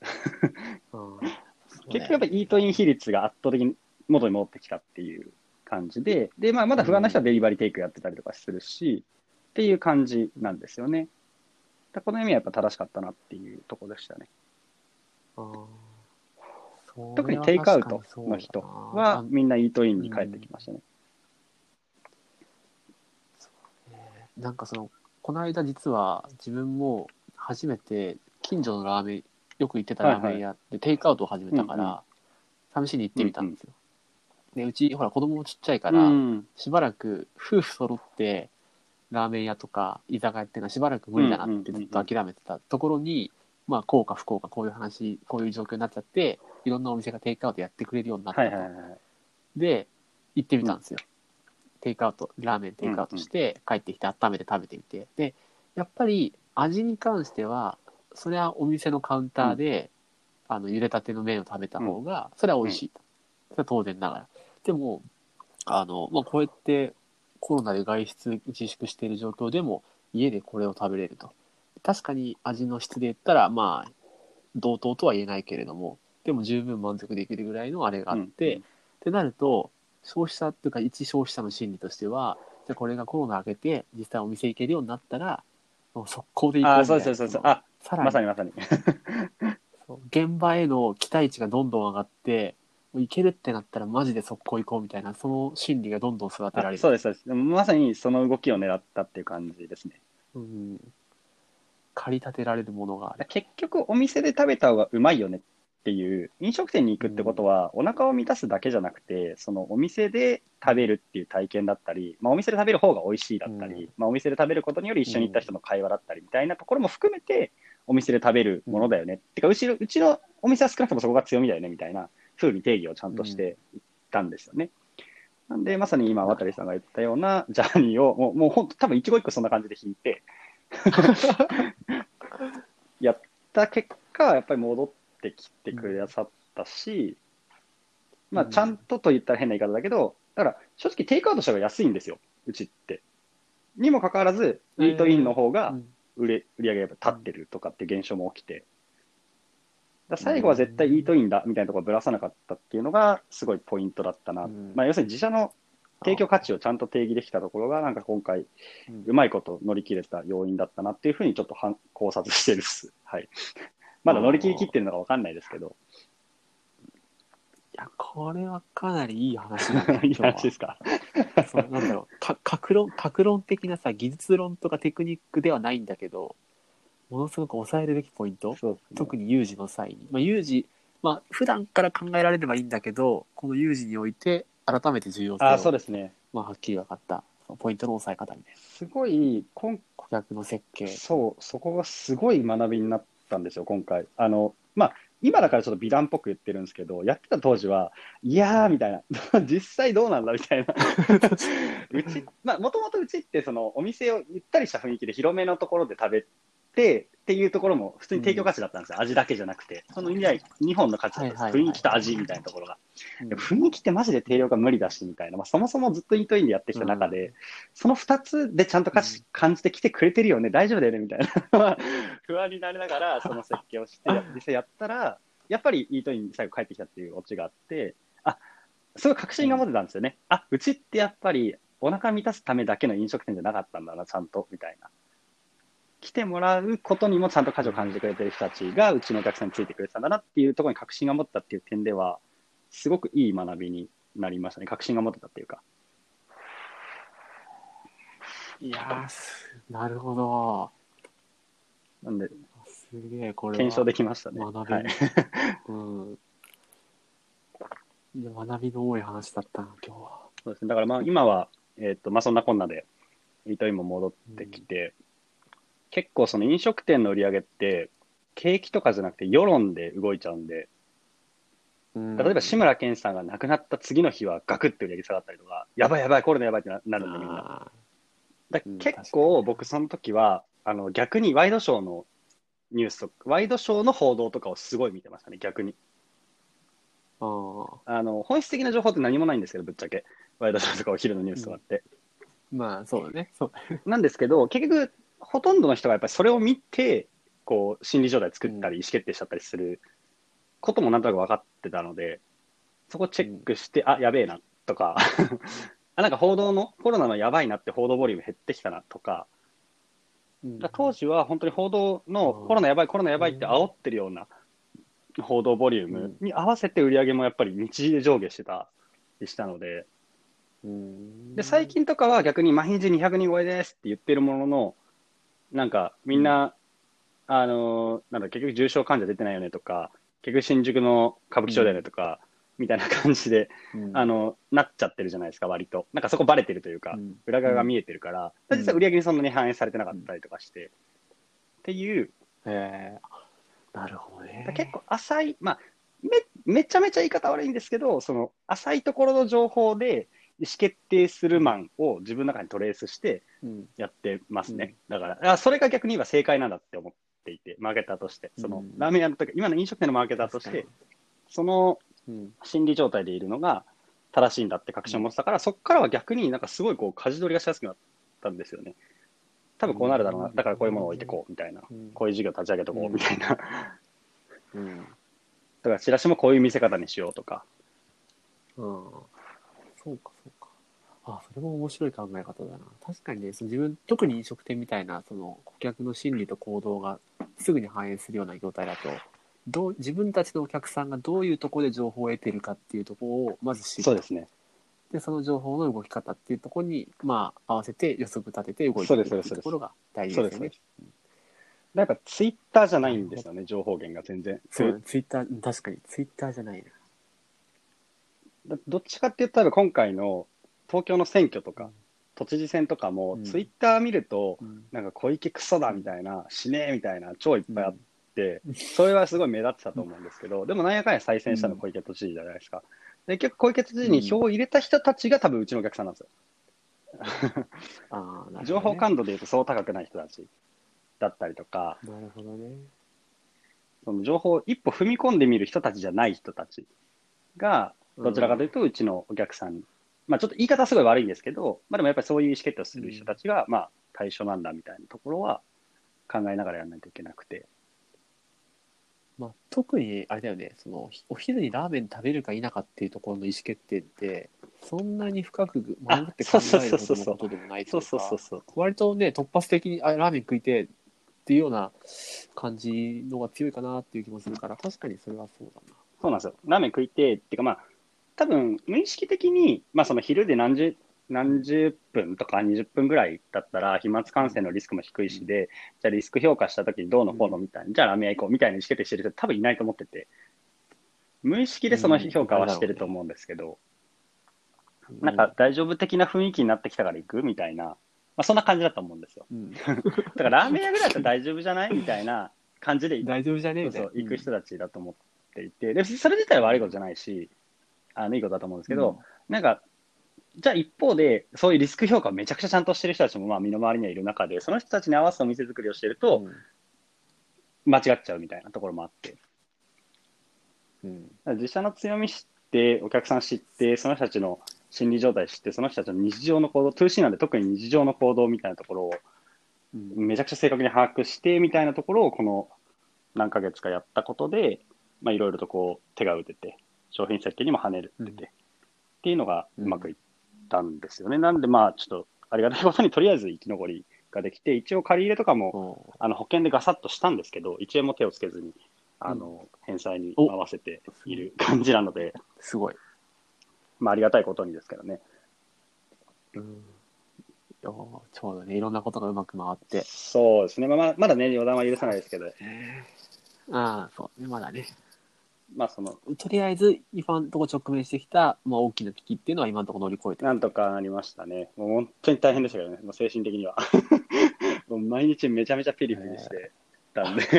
結局やっぱりイートイン比率が圧倒的に元に戻ってきたっていう感じで、で、まあ、まだ不安な人はデリバリーテイクやってたりとかするし、っていう感じなんですよね。この意味はやっぱ正しかったなっていうところでしたね。特にテイクアウトの人はみんなイートインに帰ってきましたね。 なんかこの間実は自分も初めて近所のラーメン、よく行ってたラーメン屋でテイクアウトを始めたから、試しに行ってみたんですよ。で、うちほら子供もちっちゃいから、しばらく夫婦揃ってラーメン屋とか居酒屋っていうのはしばらく無理だなってずっと諦めてたところに、まあ幸か不幸かこういう話、こういう状況になっちゃって、いろんなお店がテイクアウトやってくれるようになったと。で、行ってみたんですよ。テイクアウト、ラーメンテイクアウトして、帰ってきて温めて食べてみて。で、やっぱり味に関しては、それはお店のカウンターで、茹でたての麺を食べた方が、それは美味しいと。それは当然ながら。でも、まあ、こうやってコロナで外出自粛している状況でも、家でこれを食べれると。確かに味の質で言ったら、まあ、同等とは言えないけれども、でも十分満足できるぐらいのあれがあって、ってなると、消費者っていうか一消費者の心理としては、じゃあこれがコロナ明けて実際お店行けるようになったらもう速攻で行こうみたいな。 そう。さらにまさに現場への期待値がどんどん上がって、もう行けるってなったらマジで速攻行こうみたいな、その心理がどんどん育てられる。 そうです。まさにその動きを狙ったっていう感じですね。 駆り立てられるものがある。 結局お店で食べた方がうまいよねっていう、飲食店に行くってことは、お腹を満たすだけじゃなくて、そのお店で食べるっていう体験だったり、まあ、お店で食べる方が美味しいだったり、まあ、お店で食べることにより一緒に行った人の会話だったりみたいなところも含めて、お店で食べるものだよね。ってかうちのお店は少なくともそこが強みだよねみたいな風に定義をちゃんとしていったんですよね。なんで、まさに今、渡さんが言ったようなジャーニーを、もう本当、多分一個一個そんな感じで引いて、やった結果、やっぱり戻ってきてくださったし、まあ、ちゃんとと言ったら変な言い方だけど、だから、正直テイクアウトした方が安いんですよ、うちって。にもかかわらず、イートインの方が売り上げが立ってるとかって現象も起きて、最後は絶対イートインだみたいなところをぶらさなかったっていうのが、すごいポイントだったな。まあ、要するに自社の提供価値をちゃんと定義できたところが、なんか今回、うまいこと乗り切れた要因だったなっていうふうにちょっと考察してるっす。はい。まだ乗り切りきってるのか分かんないですけど。 いや、これはかなりいい話だね。 いい話ですか。 なんだろう、格論的なさ、技術論とかテクニックではないんだけど、ものすごく抑えるべきポイント、特に有事の際に。まあ、有事、まあ、普段から考えられればいいんだけど、この有事において、改めて重要性を、 そうですね。 まあ、はっきり分かった、そのポイントの抑え方みたいな。 すごい、 顧客の設計。 そこがすごい学びになったんですよ、今回。まあ、今だからちょっと美談っぽく言ってるんですけど、やってた当時は、いやーみたいな、実際どうなんだみたいな。まあ、もともとうちって、お店をゆったりした雰囲気で広めのところで食べっていうところも普通に提供価値だったんですよ、味だけじゃなくて、その意味合い、2本の価値だったんです、雰囲気と味みたいなところが。雰囲気ってマジで定量が無理だしみたいな、そもそもずっとイートインでやってきた中で、その2つでちゃんと価値感じてきてくれてるよね、大丈夫だよねみたいな不安になりながら、その設計をして、実際やったら、やっぱりイートインに最後帰ってきたっていうオチがあって、すごい確信が持てたんですよね。うちってやっぱりお腹満たすためだけの飲食店じゃなかったんだな、ちゃんと、みたいな。来てもらうことにもちゃんと価値を感じてくれてる人たちがうちのお客さんについてくれてたんだなっていうところに確信が持ったっていう点では、すごくいい学びになりましたね。確信が持ってたっていうか。 いやー、なるほど。 なんで、 すげえ、これは検証できましたね。 学び、 はい、 うん。いや、学びの多い話だったな、今日は。 そうですね。だから今は、そんなこんなで、イートインも戻ってきて、結構その飲食店の売り上げって、景気とかじゃなくて世論で動いちゃうんで、例えば志村けんさんが亡くなった次の日はガクッて売り上げ下がったりとか、やばいやばい、コロナやばいってなるんでみんな。結構僕その時は、逆にワイドショーのニュースとか、ワイドショーの報道とかをすごい見てましたね、逆に。本質的な情報って何もないんですけど、ぶっちゃけ。ワイドショーとかお昼のニュースとかって。 まあ、そうだね。そうなんですけど、結局、ほとんどの人がやっぱりそれを見て、こう、心理状態作ったり、意思決定しちゃったりすることもなんとなく分かってたので、そこチェックして、やべえな、とか、なんか報道の、コロナのやばいなって報道ボリューム減ってきたな、とか、当時は本当に報道のコロナやばい、コロナやばいって煽ってるような報道ボリュームに合わせて売り上げもやっぱり日時で上下してたりしたので、で最近とかは逆に毎日200人超えですって言ってるものの、なんかみんな、なんだ結局重症患者出てないよねとか、結局新宿の歌舞伎町だよねとか、みたいな感じで、なっちゃってるじゃないですか、割と。なんかそこバレてるというか、裏側が見えてるから、実は売り上げにそんなに反映されてなかったりとかして、っていう。 なるほどね。 結構浅い、めちゃめちゃ言い方悪いんですけど、その浅いところの情報で意思決定するマンを自分の中にトレースしてやってますね。だから、それが逆に言えば正解なんだって思っていて、マーケターとして、そのラーメン屋の時、今の飲食店のマーケターとして、その心理状態でいるのが正しいんだって確信を持ってたから、そこからは逆になんかすごいこう舵取りがしやすくなったんですよね。多分こうなるだろうな、だからこういうものを置いてこうみたいな、こういう事業立ち上げとこうみたいな。だからチラシもこういう見せ方にしようとか。 そうか、そうか。それも面白い考え方だな。確かにね、自分、特に飲食店みたいな、その顧客の心理と行動がすぐに反映するような業態だと、自分たちのお客さんがどういうところで情報を得ているかっていうところをまず知る。 そうですね。 で、その情報の動き方っていうところに、合わせて予測立てて動いていくっていうところが大事ですよね。 なんかツイッターじゃないんですよね、情報源が全然。 そう、ツイッター、確かにツイッターじゃないな。どっちかって言ったら今回の東京の選挙とか、都知事選とかも、ツイッター見ると、なんか小池クソだみたいな、死ねえみたいな、超いっぱいあって、それはすごい目立ってたと思うんですけど、でもなんやかんや再選したの小池都知事じゃないですか。で結局小池都知事に票を入れた人たちが多分うちのお客さんなんですよ。情報感度でいうとそう高くない人たちだったりとか、 なるほどね。 その情報を一歩踏み込んでみる人たちじゃない人たちが、どちらかというとうちのお客さん、ちょっと言い方はすごい悪いんですけど、でもやっぱりそういう意思決定をする人たちが、対象なんだみたいなところは考えながらやらないといけなくて。 特にあれだよね、そのお昼にラーメン食べるか否かっていうところの意思決定ってそんなに深く守って考えるほどのことでもないというか、割とね突発的にラーメン食いてっていうような感じのが強いかなっていう気もするから、確かにそれはそうだな。 そうなんですよ。ラーメン食いてっていうか多分無意識的にその昼で何十分とか20分ぐらいだったら飛沫感染のリスクも低いしで、じゃあリスク評価したときにどうのこうのみたいな、じゃあラーメン屋行こうみたいな意思決定してる人多分いないと思ってて、無意識でその評価はしてると思うんですけど、なんか大丈夫的な雰囲気になってきたから行くみたいな、そんな感じだと思うんですよ。だからラーメン屋ぐらいだったら大丈夫じゃないみたいな感じで大丈夫じゃねえみたいな行く人たちだと思っていて、でそれ自体は悪いことじゃないし、いいことだと思うんですけど、なんかじゃあ一方でそういうリスク評価をめちゃくちゃちゃんとしてる人たちも身の回りにはいる中で、その人たちに合わせたお店作りをしてると、 間違っちゃうみたいなところもあって、自社の強み知って、お客さん知って、その人たちの心理状態知って、その人たちの日常の行動、2C なんで特に日常の行動みたいなところをめちゃくちゃ正確に把握してみたいなところをこの何ヶ月かやったことで、まあ、いろいろとこう手が打てて、商品設計にも跳ねるってて、っていうのがうまくいったんですよね。なんでまあちょっとありがたいことにとりあえず生き残りができて、一応借り入れとかも保険でガサッとしたんですけど、1円も手をつけずに返済に合わせている感じなので、 すごい。 まあありがたいことにですけどね。 ちょうどね、いろんなことがうまく回って。 そうですね。まだね、予断は許さないですけど。 そうね、まだね。 まあとりあえず、今のところ直面してきた、まあ、大きな危機っていうのは今のところ乗り越えてなんとかなりましたね。もう本当に大変でしたけどね、もう精神的には。もう毎日めちゃめちゃピリピリしてたんで。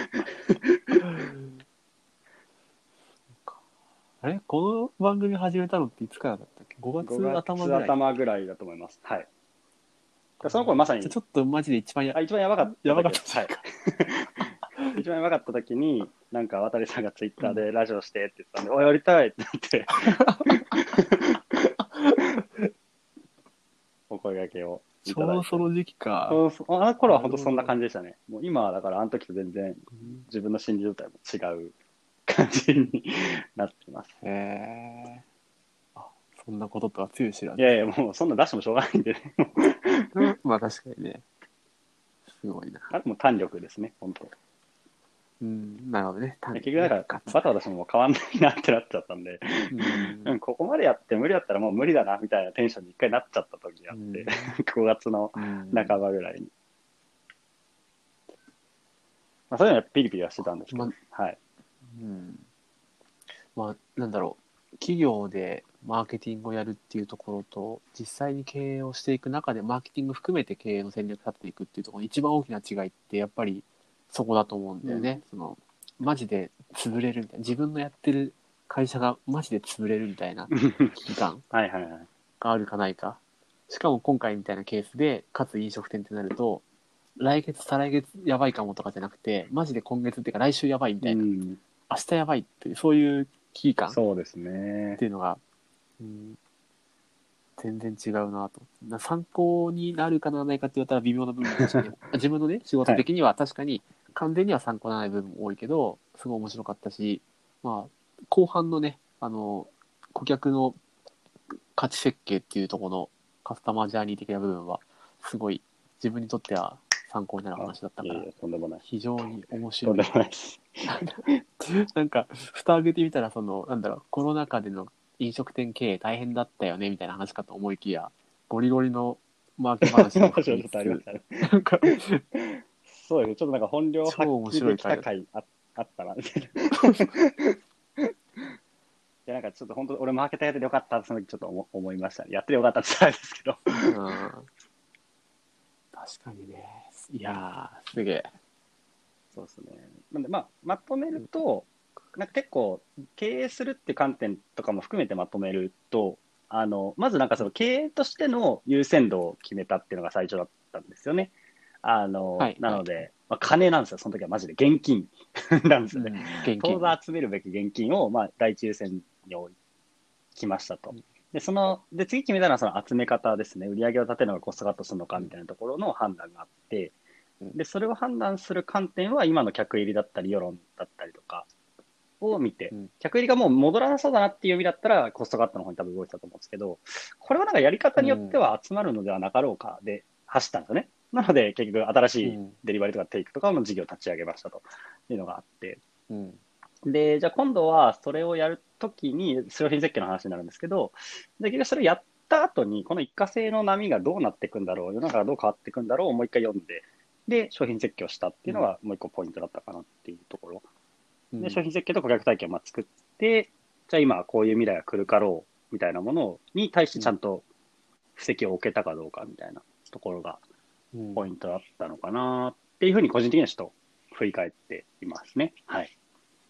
あれこの番組始めたのっていつからだったっけ ?5 月頭ぐらい。 5月頭ぐらいだと思います。はい。その頃まさに。 ちょっとマジで一番やばかった。 やばかった。 はい。一番やばかった時に、なんか渡さんがツイッターでラジオしてって言ったんで、おい、やりたいってなって。お声掛けをいただいて。 ちょうどその時期か。 あの頃は本当そんな感じでしたね。もう今はだからあの時と全然自分の心理状態も違う感じになってます。 そんなこととはつゆ知らない。いやいや、もうそんな出してもしょうがないんでね。 まあ確かにね。すごいな。 あとも胆力ですね、本当。 なるほどね。 結局だからバタバタしても変わんないなってなっちゃったんで、ここまでやって無理だったらもう無理だなみたいなテンションに一回なっちゃった時があって、5月の半ばぐらいに。まあ、そういうのはピリピリはしてたんですけど、はい。 まあ、なんだろう。企業でマーケティングをやるっていうところと、実際に経営をしていく中でマーケティング含めて経営の戦略を立てていくっていうところの一番大きな違いってやっぱりそこだと思うんだよね。マジで潰れるみたいな、自分のやってる会社がマジで潰れるみたいな危機感があるかないか。しかも今回みたいなケースで、かつ飲食店ってなると、来月再来月やばいかもとかじゃなくて、マジで今月っていうか来週やばいみたいな、明日やばいっていう、そういう危機感そうですねっていうのが、全然違うなと。参考になるかならないかって言ったら微妙な部分ですね。自分のね、仕事的には確かに完全には参考にならない部分も多いけど、すごい面白かったし、まあ、後半のね、顧客の価値設計っていうところのカスタマージャーニー的な部分は、すごい自分にとっては参考になる話だったから、非常に面白い。 とんでもないです。 なんか、蓋開けてみたら、コロナ禍での飲食店経営大変だったよねみたいな話かと思いきや、ゴリゴリのマーケ話も含みつつなんかそうですね、ちょっとなんか本領発揮できた回あったなみたいな。いやなんかちょっと本当俺マーケターやっててよかったってその時ちょっと思いましたね。やっててよかったって言ったらですけど。 確かにね。いやー、すげえ。 そうですね。なんでまとめると、なんか結構経営するって観点とかも含めてまとめると、まずなんかその経営としての優先度を決めたっていうのが最初だったんですよね。なので、金なんですよ、その時はマジで現金なんですよね。当座集めるべき現金を第一優先に置きましたと。で、次決めたのはその集め方ですね。売り上げを立てるのがコストカットするのかみたいなところの判断があって、で、それを判断する観点は今の客入りだったり、世論だったりとかを見て、客入りがもう戻らなそうだなっていう意味だったら、コストカットの方に多分動いてたと思うんですけど、これはなんかやり方によっては集まるのではなかろうかで走ったんですよね。なので、結局新しいデリバリーとかテイクとかの事業を立ち上げましたというのがあって。で、じゃあ今度はそれをやるときに、商品設計の話になるんですけど、で、結局それをやった後に、この一過性の波がどうなっていくんだろう、世の中がどう変わっていくんだろうをもう一回読んで、で、商品設計をしたっていうのがもう一個ポイントだったかなっていうところ。で、商品設計と顧客体験を作って、じゃあ今こういう未来が来るかろうみたいなものに対してちゃんと布石を置けたかどうかみたいなところがポイントだったのかなっていうふうに個人的にはちょっと振り返っていますね。はい。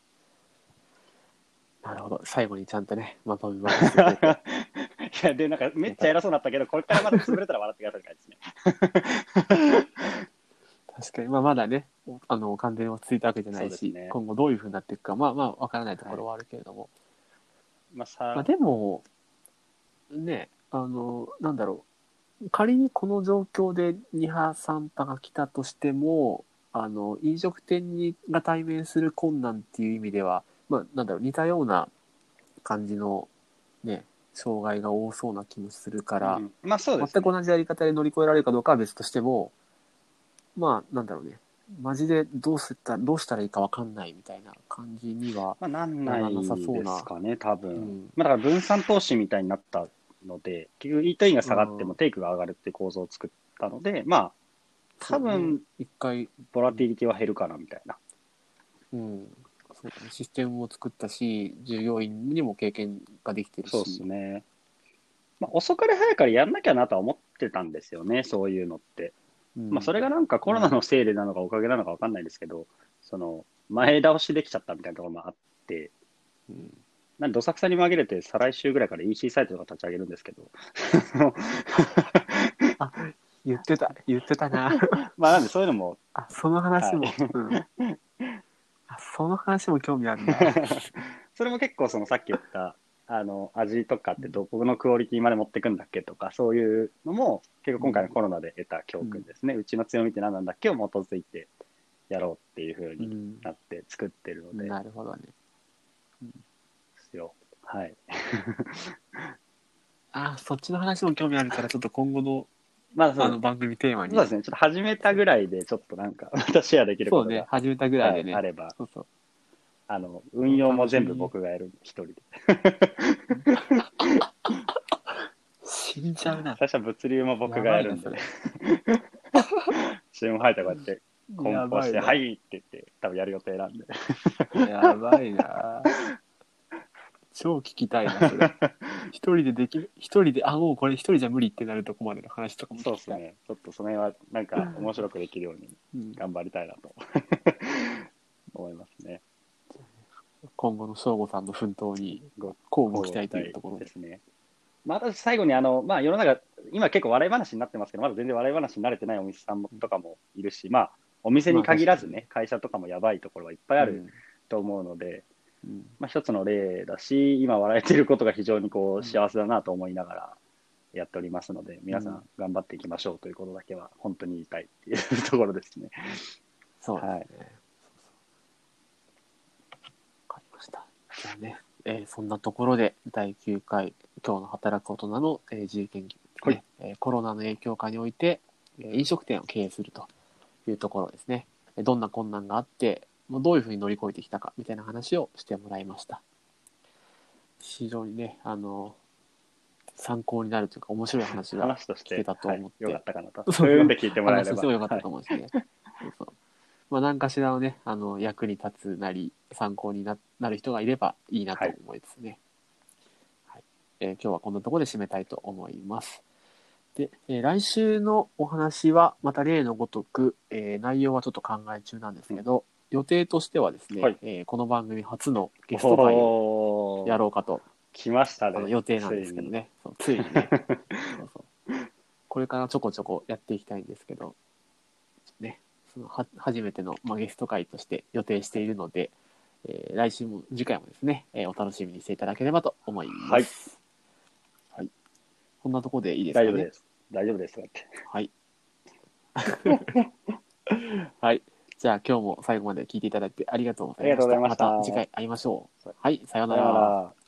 なるほど。最後にちゃんとね、まとめまして。 いや、で、なんかめっちゃ偉そうになったけど、これからまだ潰れたら笑ってくださいですね。 確かに、まだね、 完全に落ち着いたわけじゃないし、ね、今後どういうふうになっていくか、まあまあわからないところはあるけれども。まあ、でも、ね、なんだろう、仮にこの状況で2波、3波が来たとしても、飲食店が対面する困難っていう意味では、まあ、なんだろう、似たような感じの、ね、障害が多そうな気もするから、 まあそうですね、 全く同じやり方で乗り越えられるかどうかは別としても、まあ、なんだろうね、マジでどうしたらいいか分かんないみたいな感じにはなんないですかね、多分。まあだから分散投資みたいになったので、結局イートインが下がってもテイクが上がるっていう構造を作ったので、まあ、多分、一回、ボラティリティは減るかなみたいな。 そうだね。システムを作ったし、従業員にも経験ができてるし。 そうですね。まあ、遅かれ早かれやんなきゃなとは思ってたんですよね、そういうのって。まあ、それがなんかコロナのせいでなのかおかげなのか分かんないですけど、前倒しできちゃったみたいなところもあって、なんでどさくさに紛れて再来週ぐらいから EC サイトとか立ち上げるんですけど。 あ、言ってたな。 まあなんでそういうのも。 その話も、その話も興味あるな。 それも結構さっき言った、味とかってどこのクオリティまで持ってくんだっけとか、そういうのも結構今回のコロナで得た教訓ですね。うちの強みって何なんだっけを基づいてやろうっていう風になって作ってるので。 なるほどね。 ですよ。はい。 そっちの話も興味あるから、ちょっと今後の、番組テーマに。 そうですね。ちょっと始めたぐらいで、ちょっとなんか、またシェアできることが。 そうね、始めたぐらいでね。 あれば。運用も全部僕がやる、一人で。 死んじゃうな。 最初は物流も僕がやるんで。注文入ったらこうやって、梱包して、はいって言って、多分やる予定なんで。 やばいな。超聞きたいな、それ。一人で、もうこれ一人じゃ無理ってなるとこまでの話とかも聞きたい。 そうですね。ちょっとその辺は、なんか面白くできるように頑張りたいなと思いますね。 今後の省吾さんの奮闘にこうご期待というところですね。また最後に世の中、今結構笑い話になってますけど、まだ全然笑い話に慣れてないお店さんとかもいるし、お店に限らずね、会社とかもやばいところはいっぱいあると思うので、一つの例だし、今笑えていることが非常に幸せだなと思いながらやっておりますので、皆さん頑張っていきましょうということだけは本当に言いたいっていうところですね。 そうですね。わかりました。じゃあね、そんなところで第9回今日の働く大人の自由研究ですね、コロナの影響下において飲食店を経営するというところですね。どんな困難があってどういうふうに乗り越えてきたかみたいな話をしてもらいました。非常にね、参考になるというか面白い話が聞けたと思って。 よかったかなと。そういうので聞いてもらえれば。 話としてもよかったと思うんですね。何かしらのね、役に立つなり、参考になる人がいればいいなと思いですね。今日はこんなところで締めたいと思います。で、来週のお話は、また例のごとく、内容はちょっと考え中なんですけど、予定としてはですね、この番組初のゲスト会をやろうかと。 来ましたね。 予定なんですけどね。ついにね。これからちょこちょこやっていきたいんですけど、ね、初めての、ゲスト会として予定しているので、来週も次回もですね、お楽しみにしていただければと思います。はい。こんなところでいいですかね。 大丈夫です。大丈夫です。 はい。はい。じゃあ今日も最後まで聞いていただいてありがとうございました。また次回会いましょう。はい。さようなら。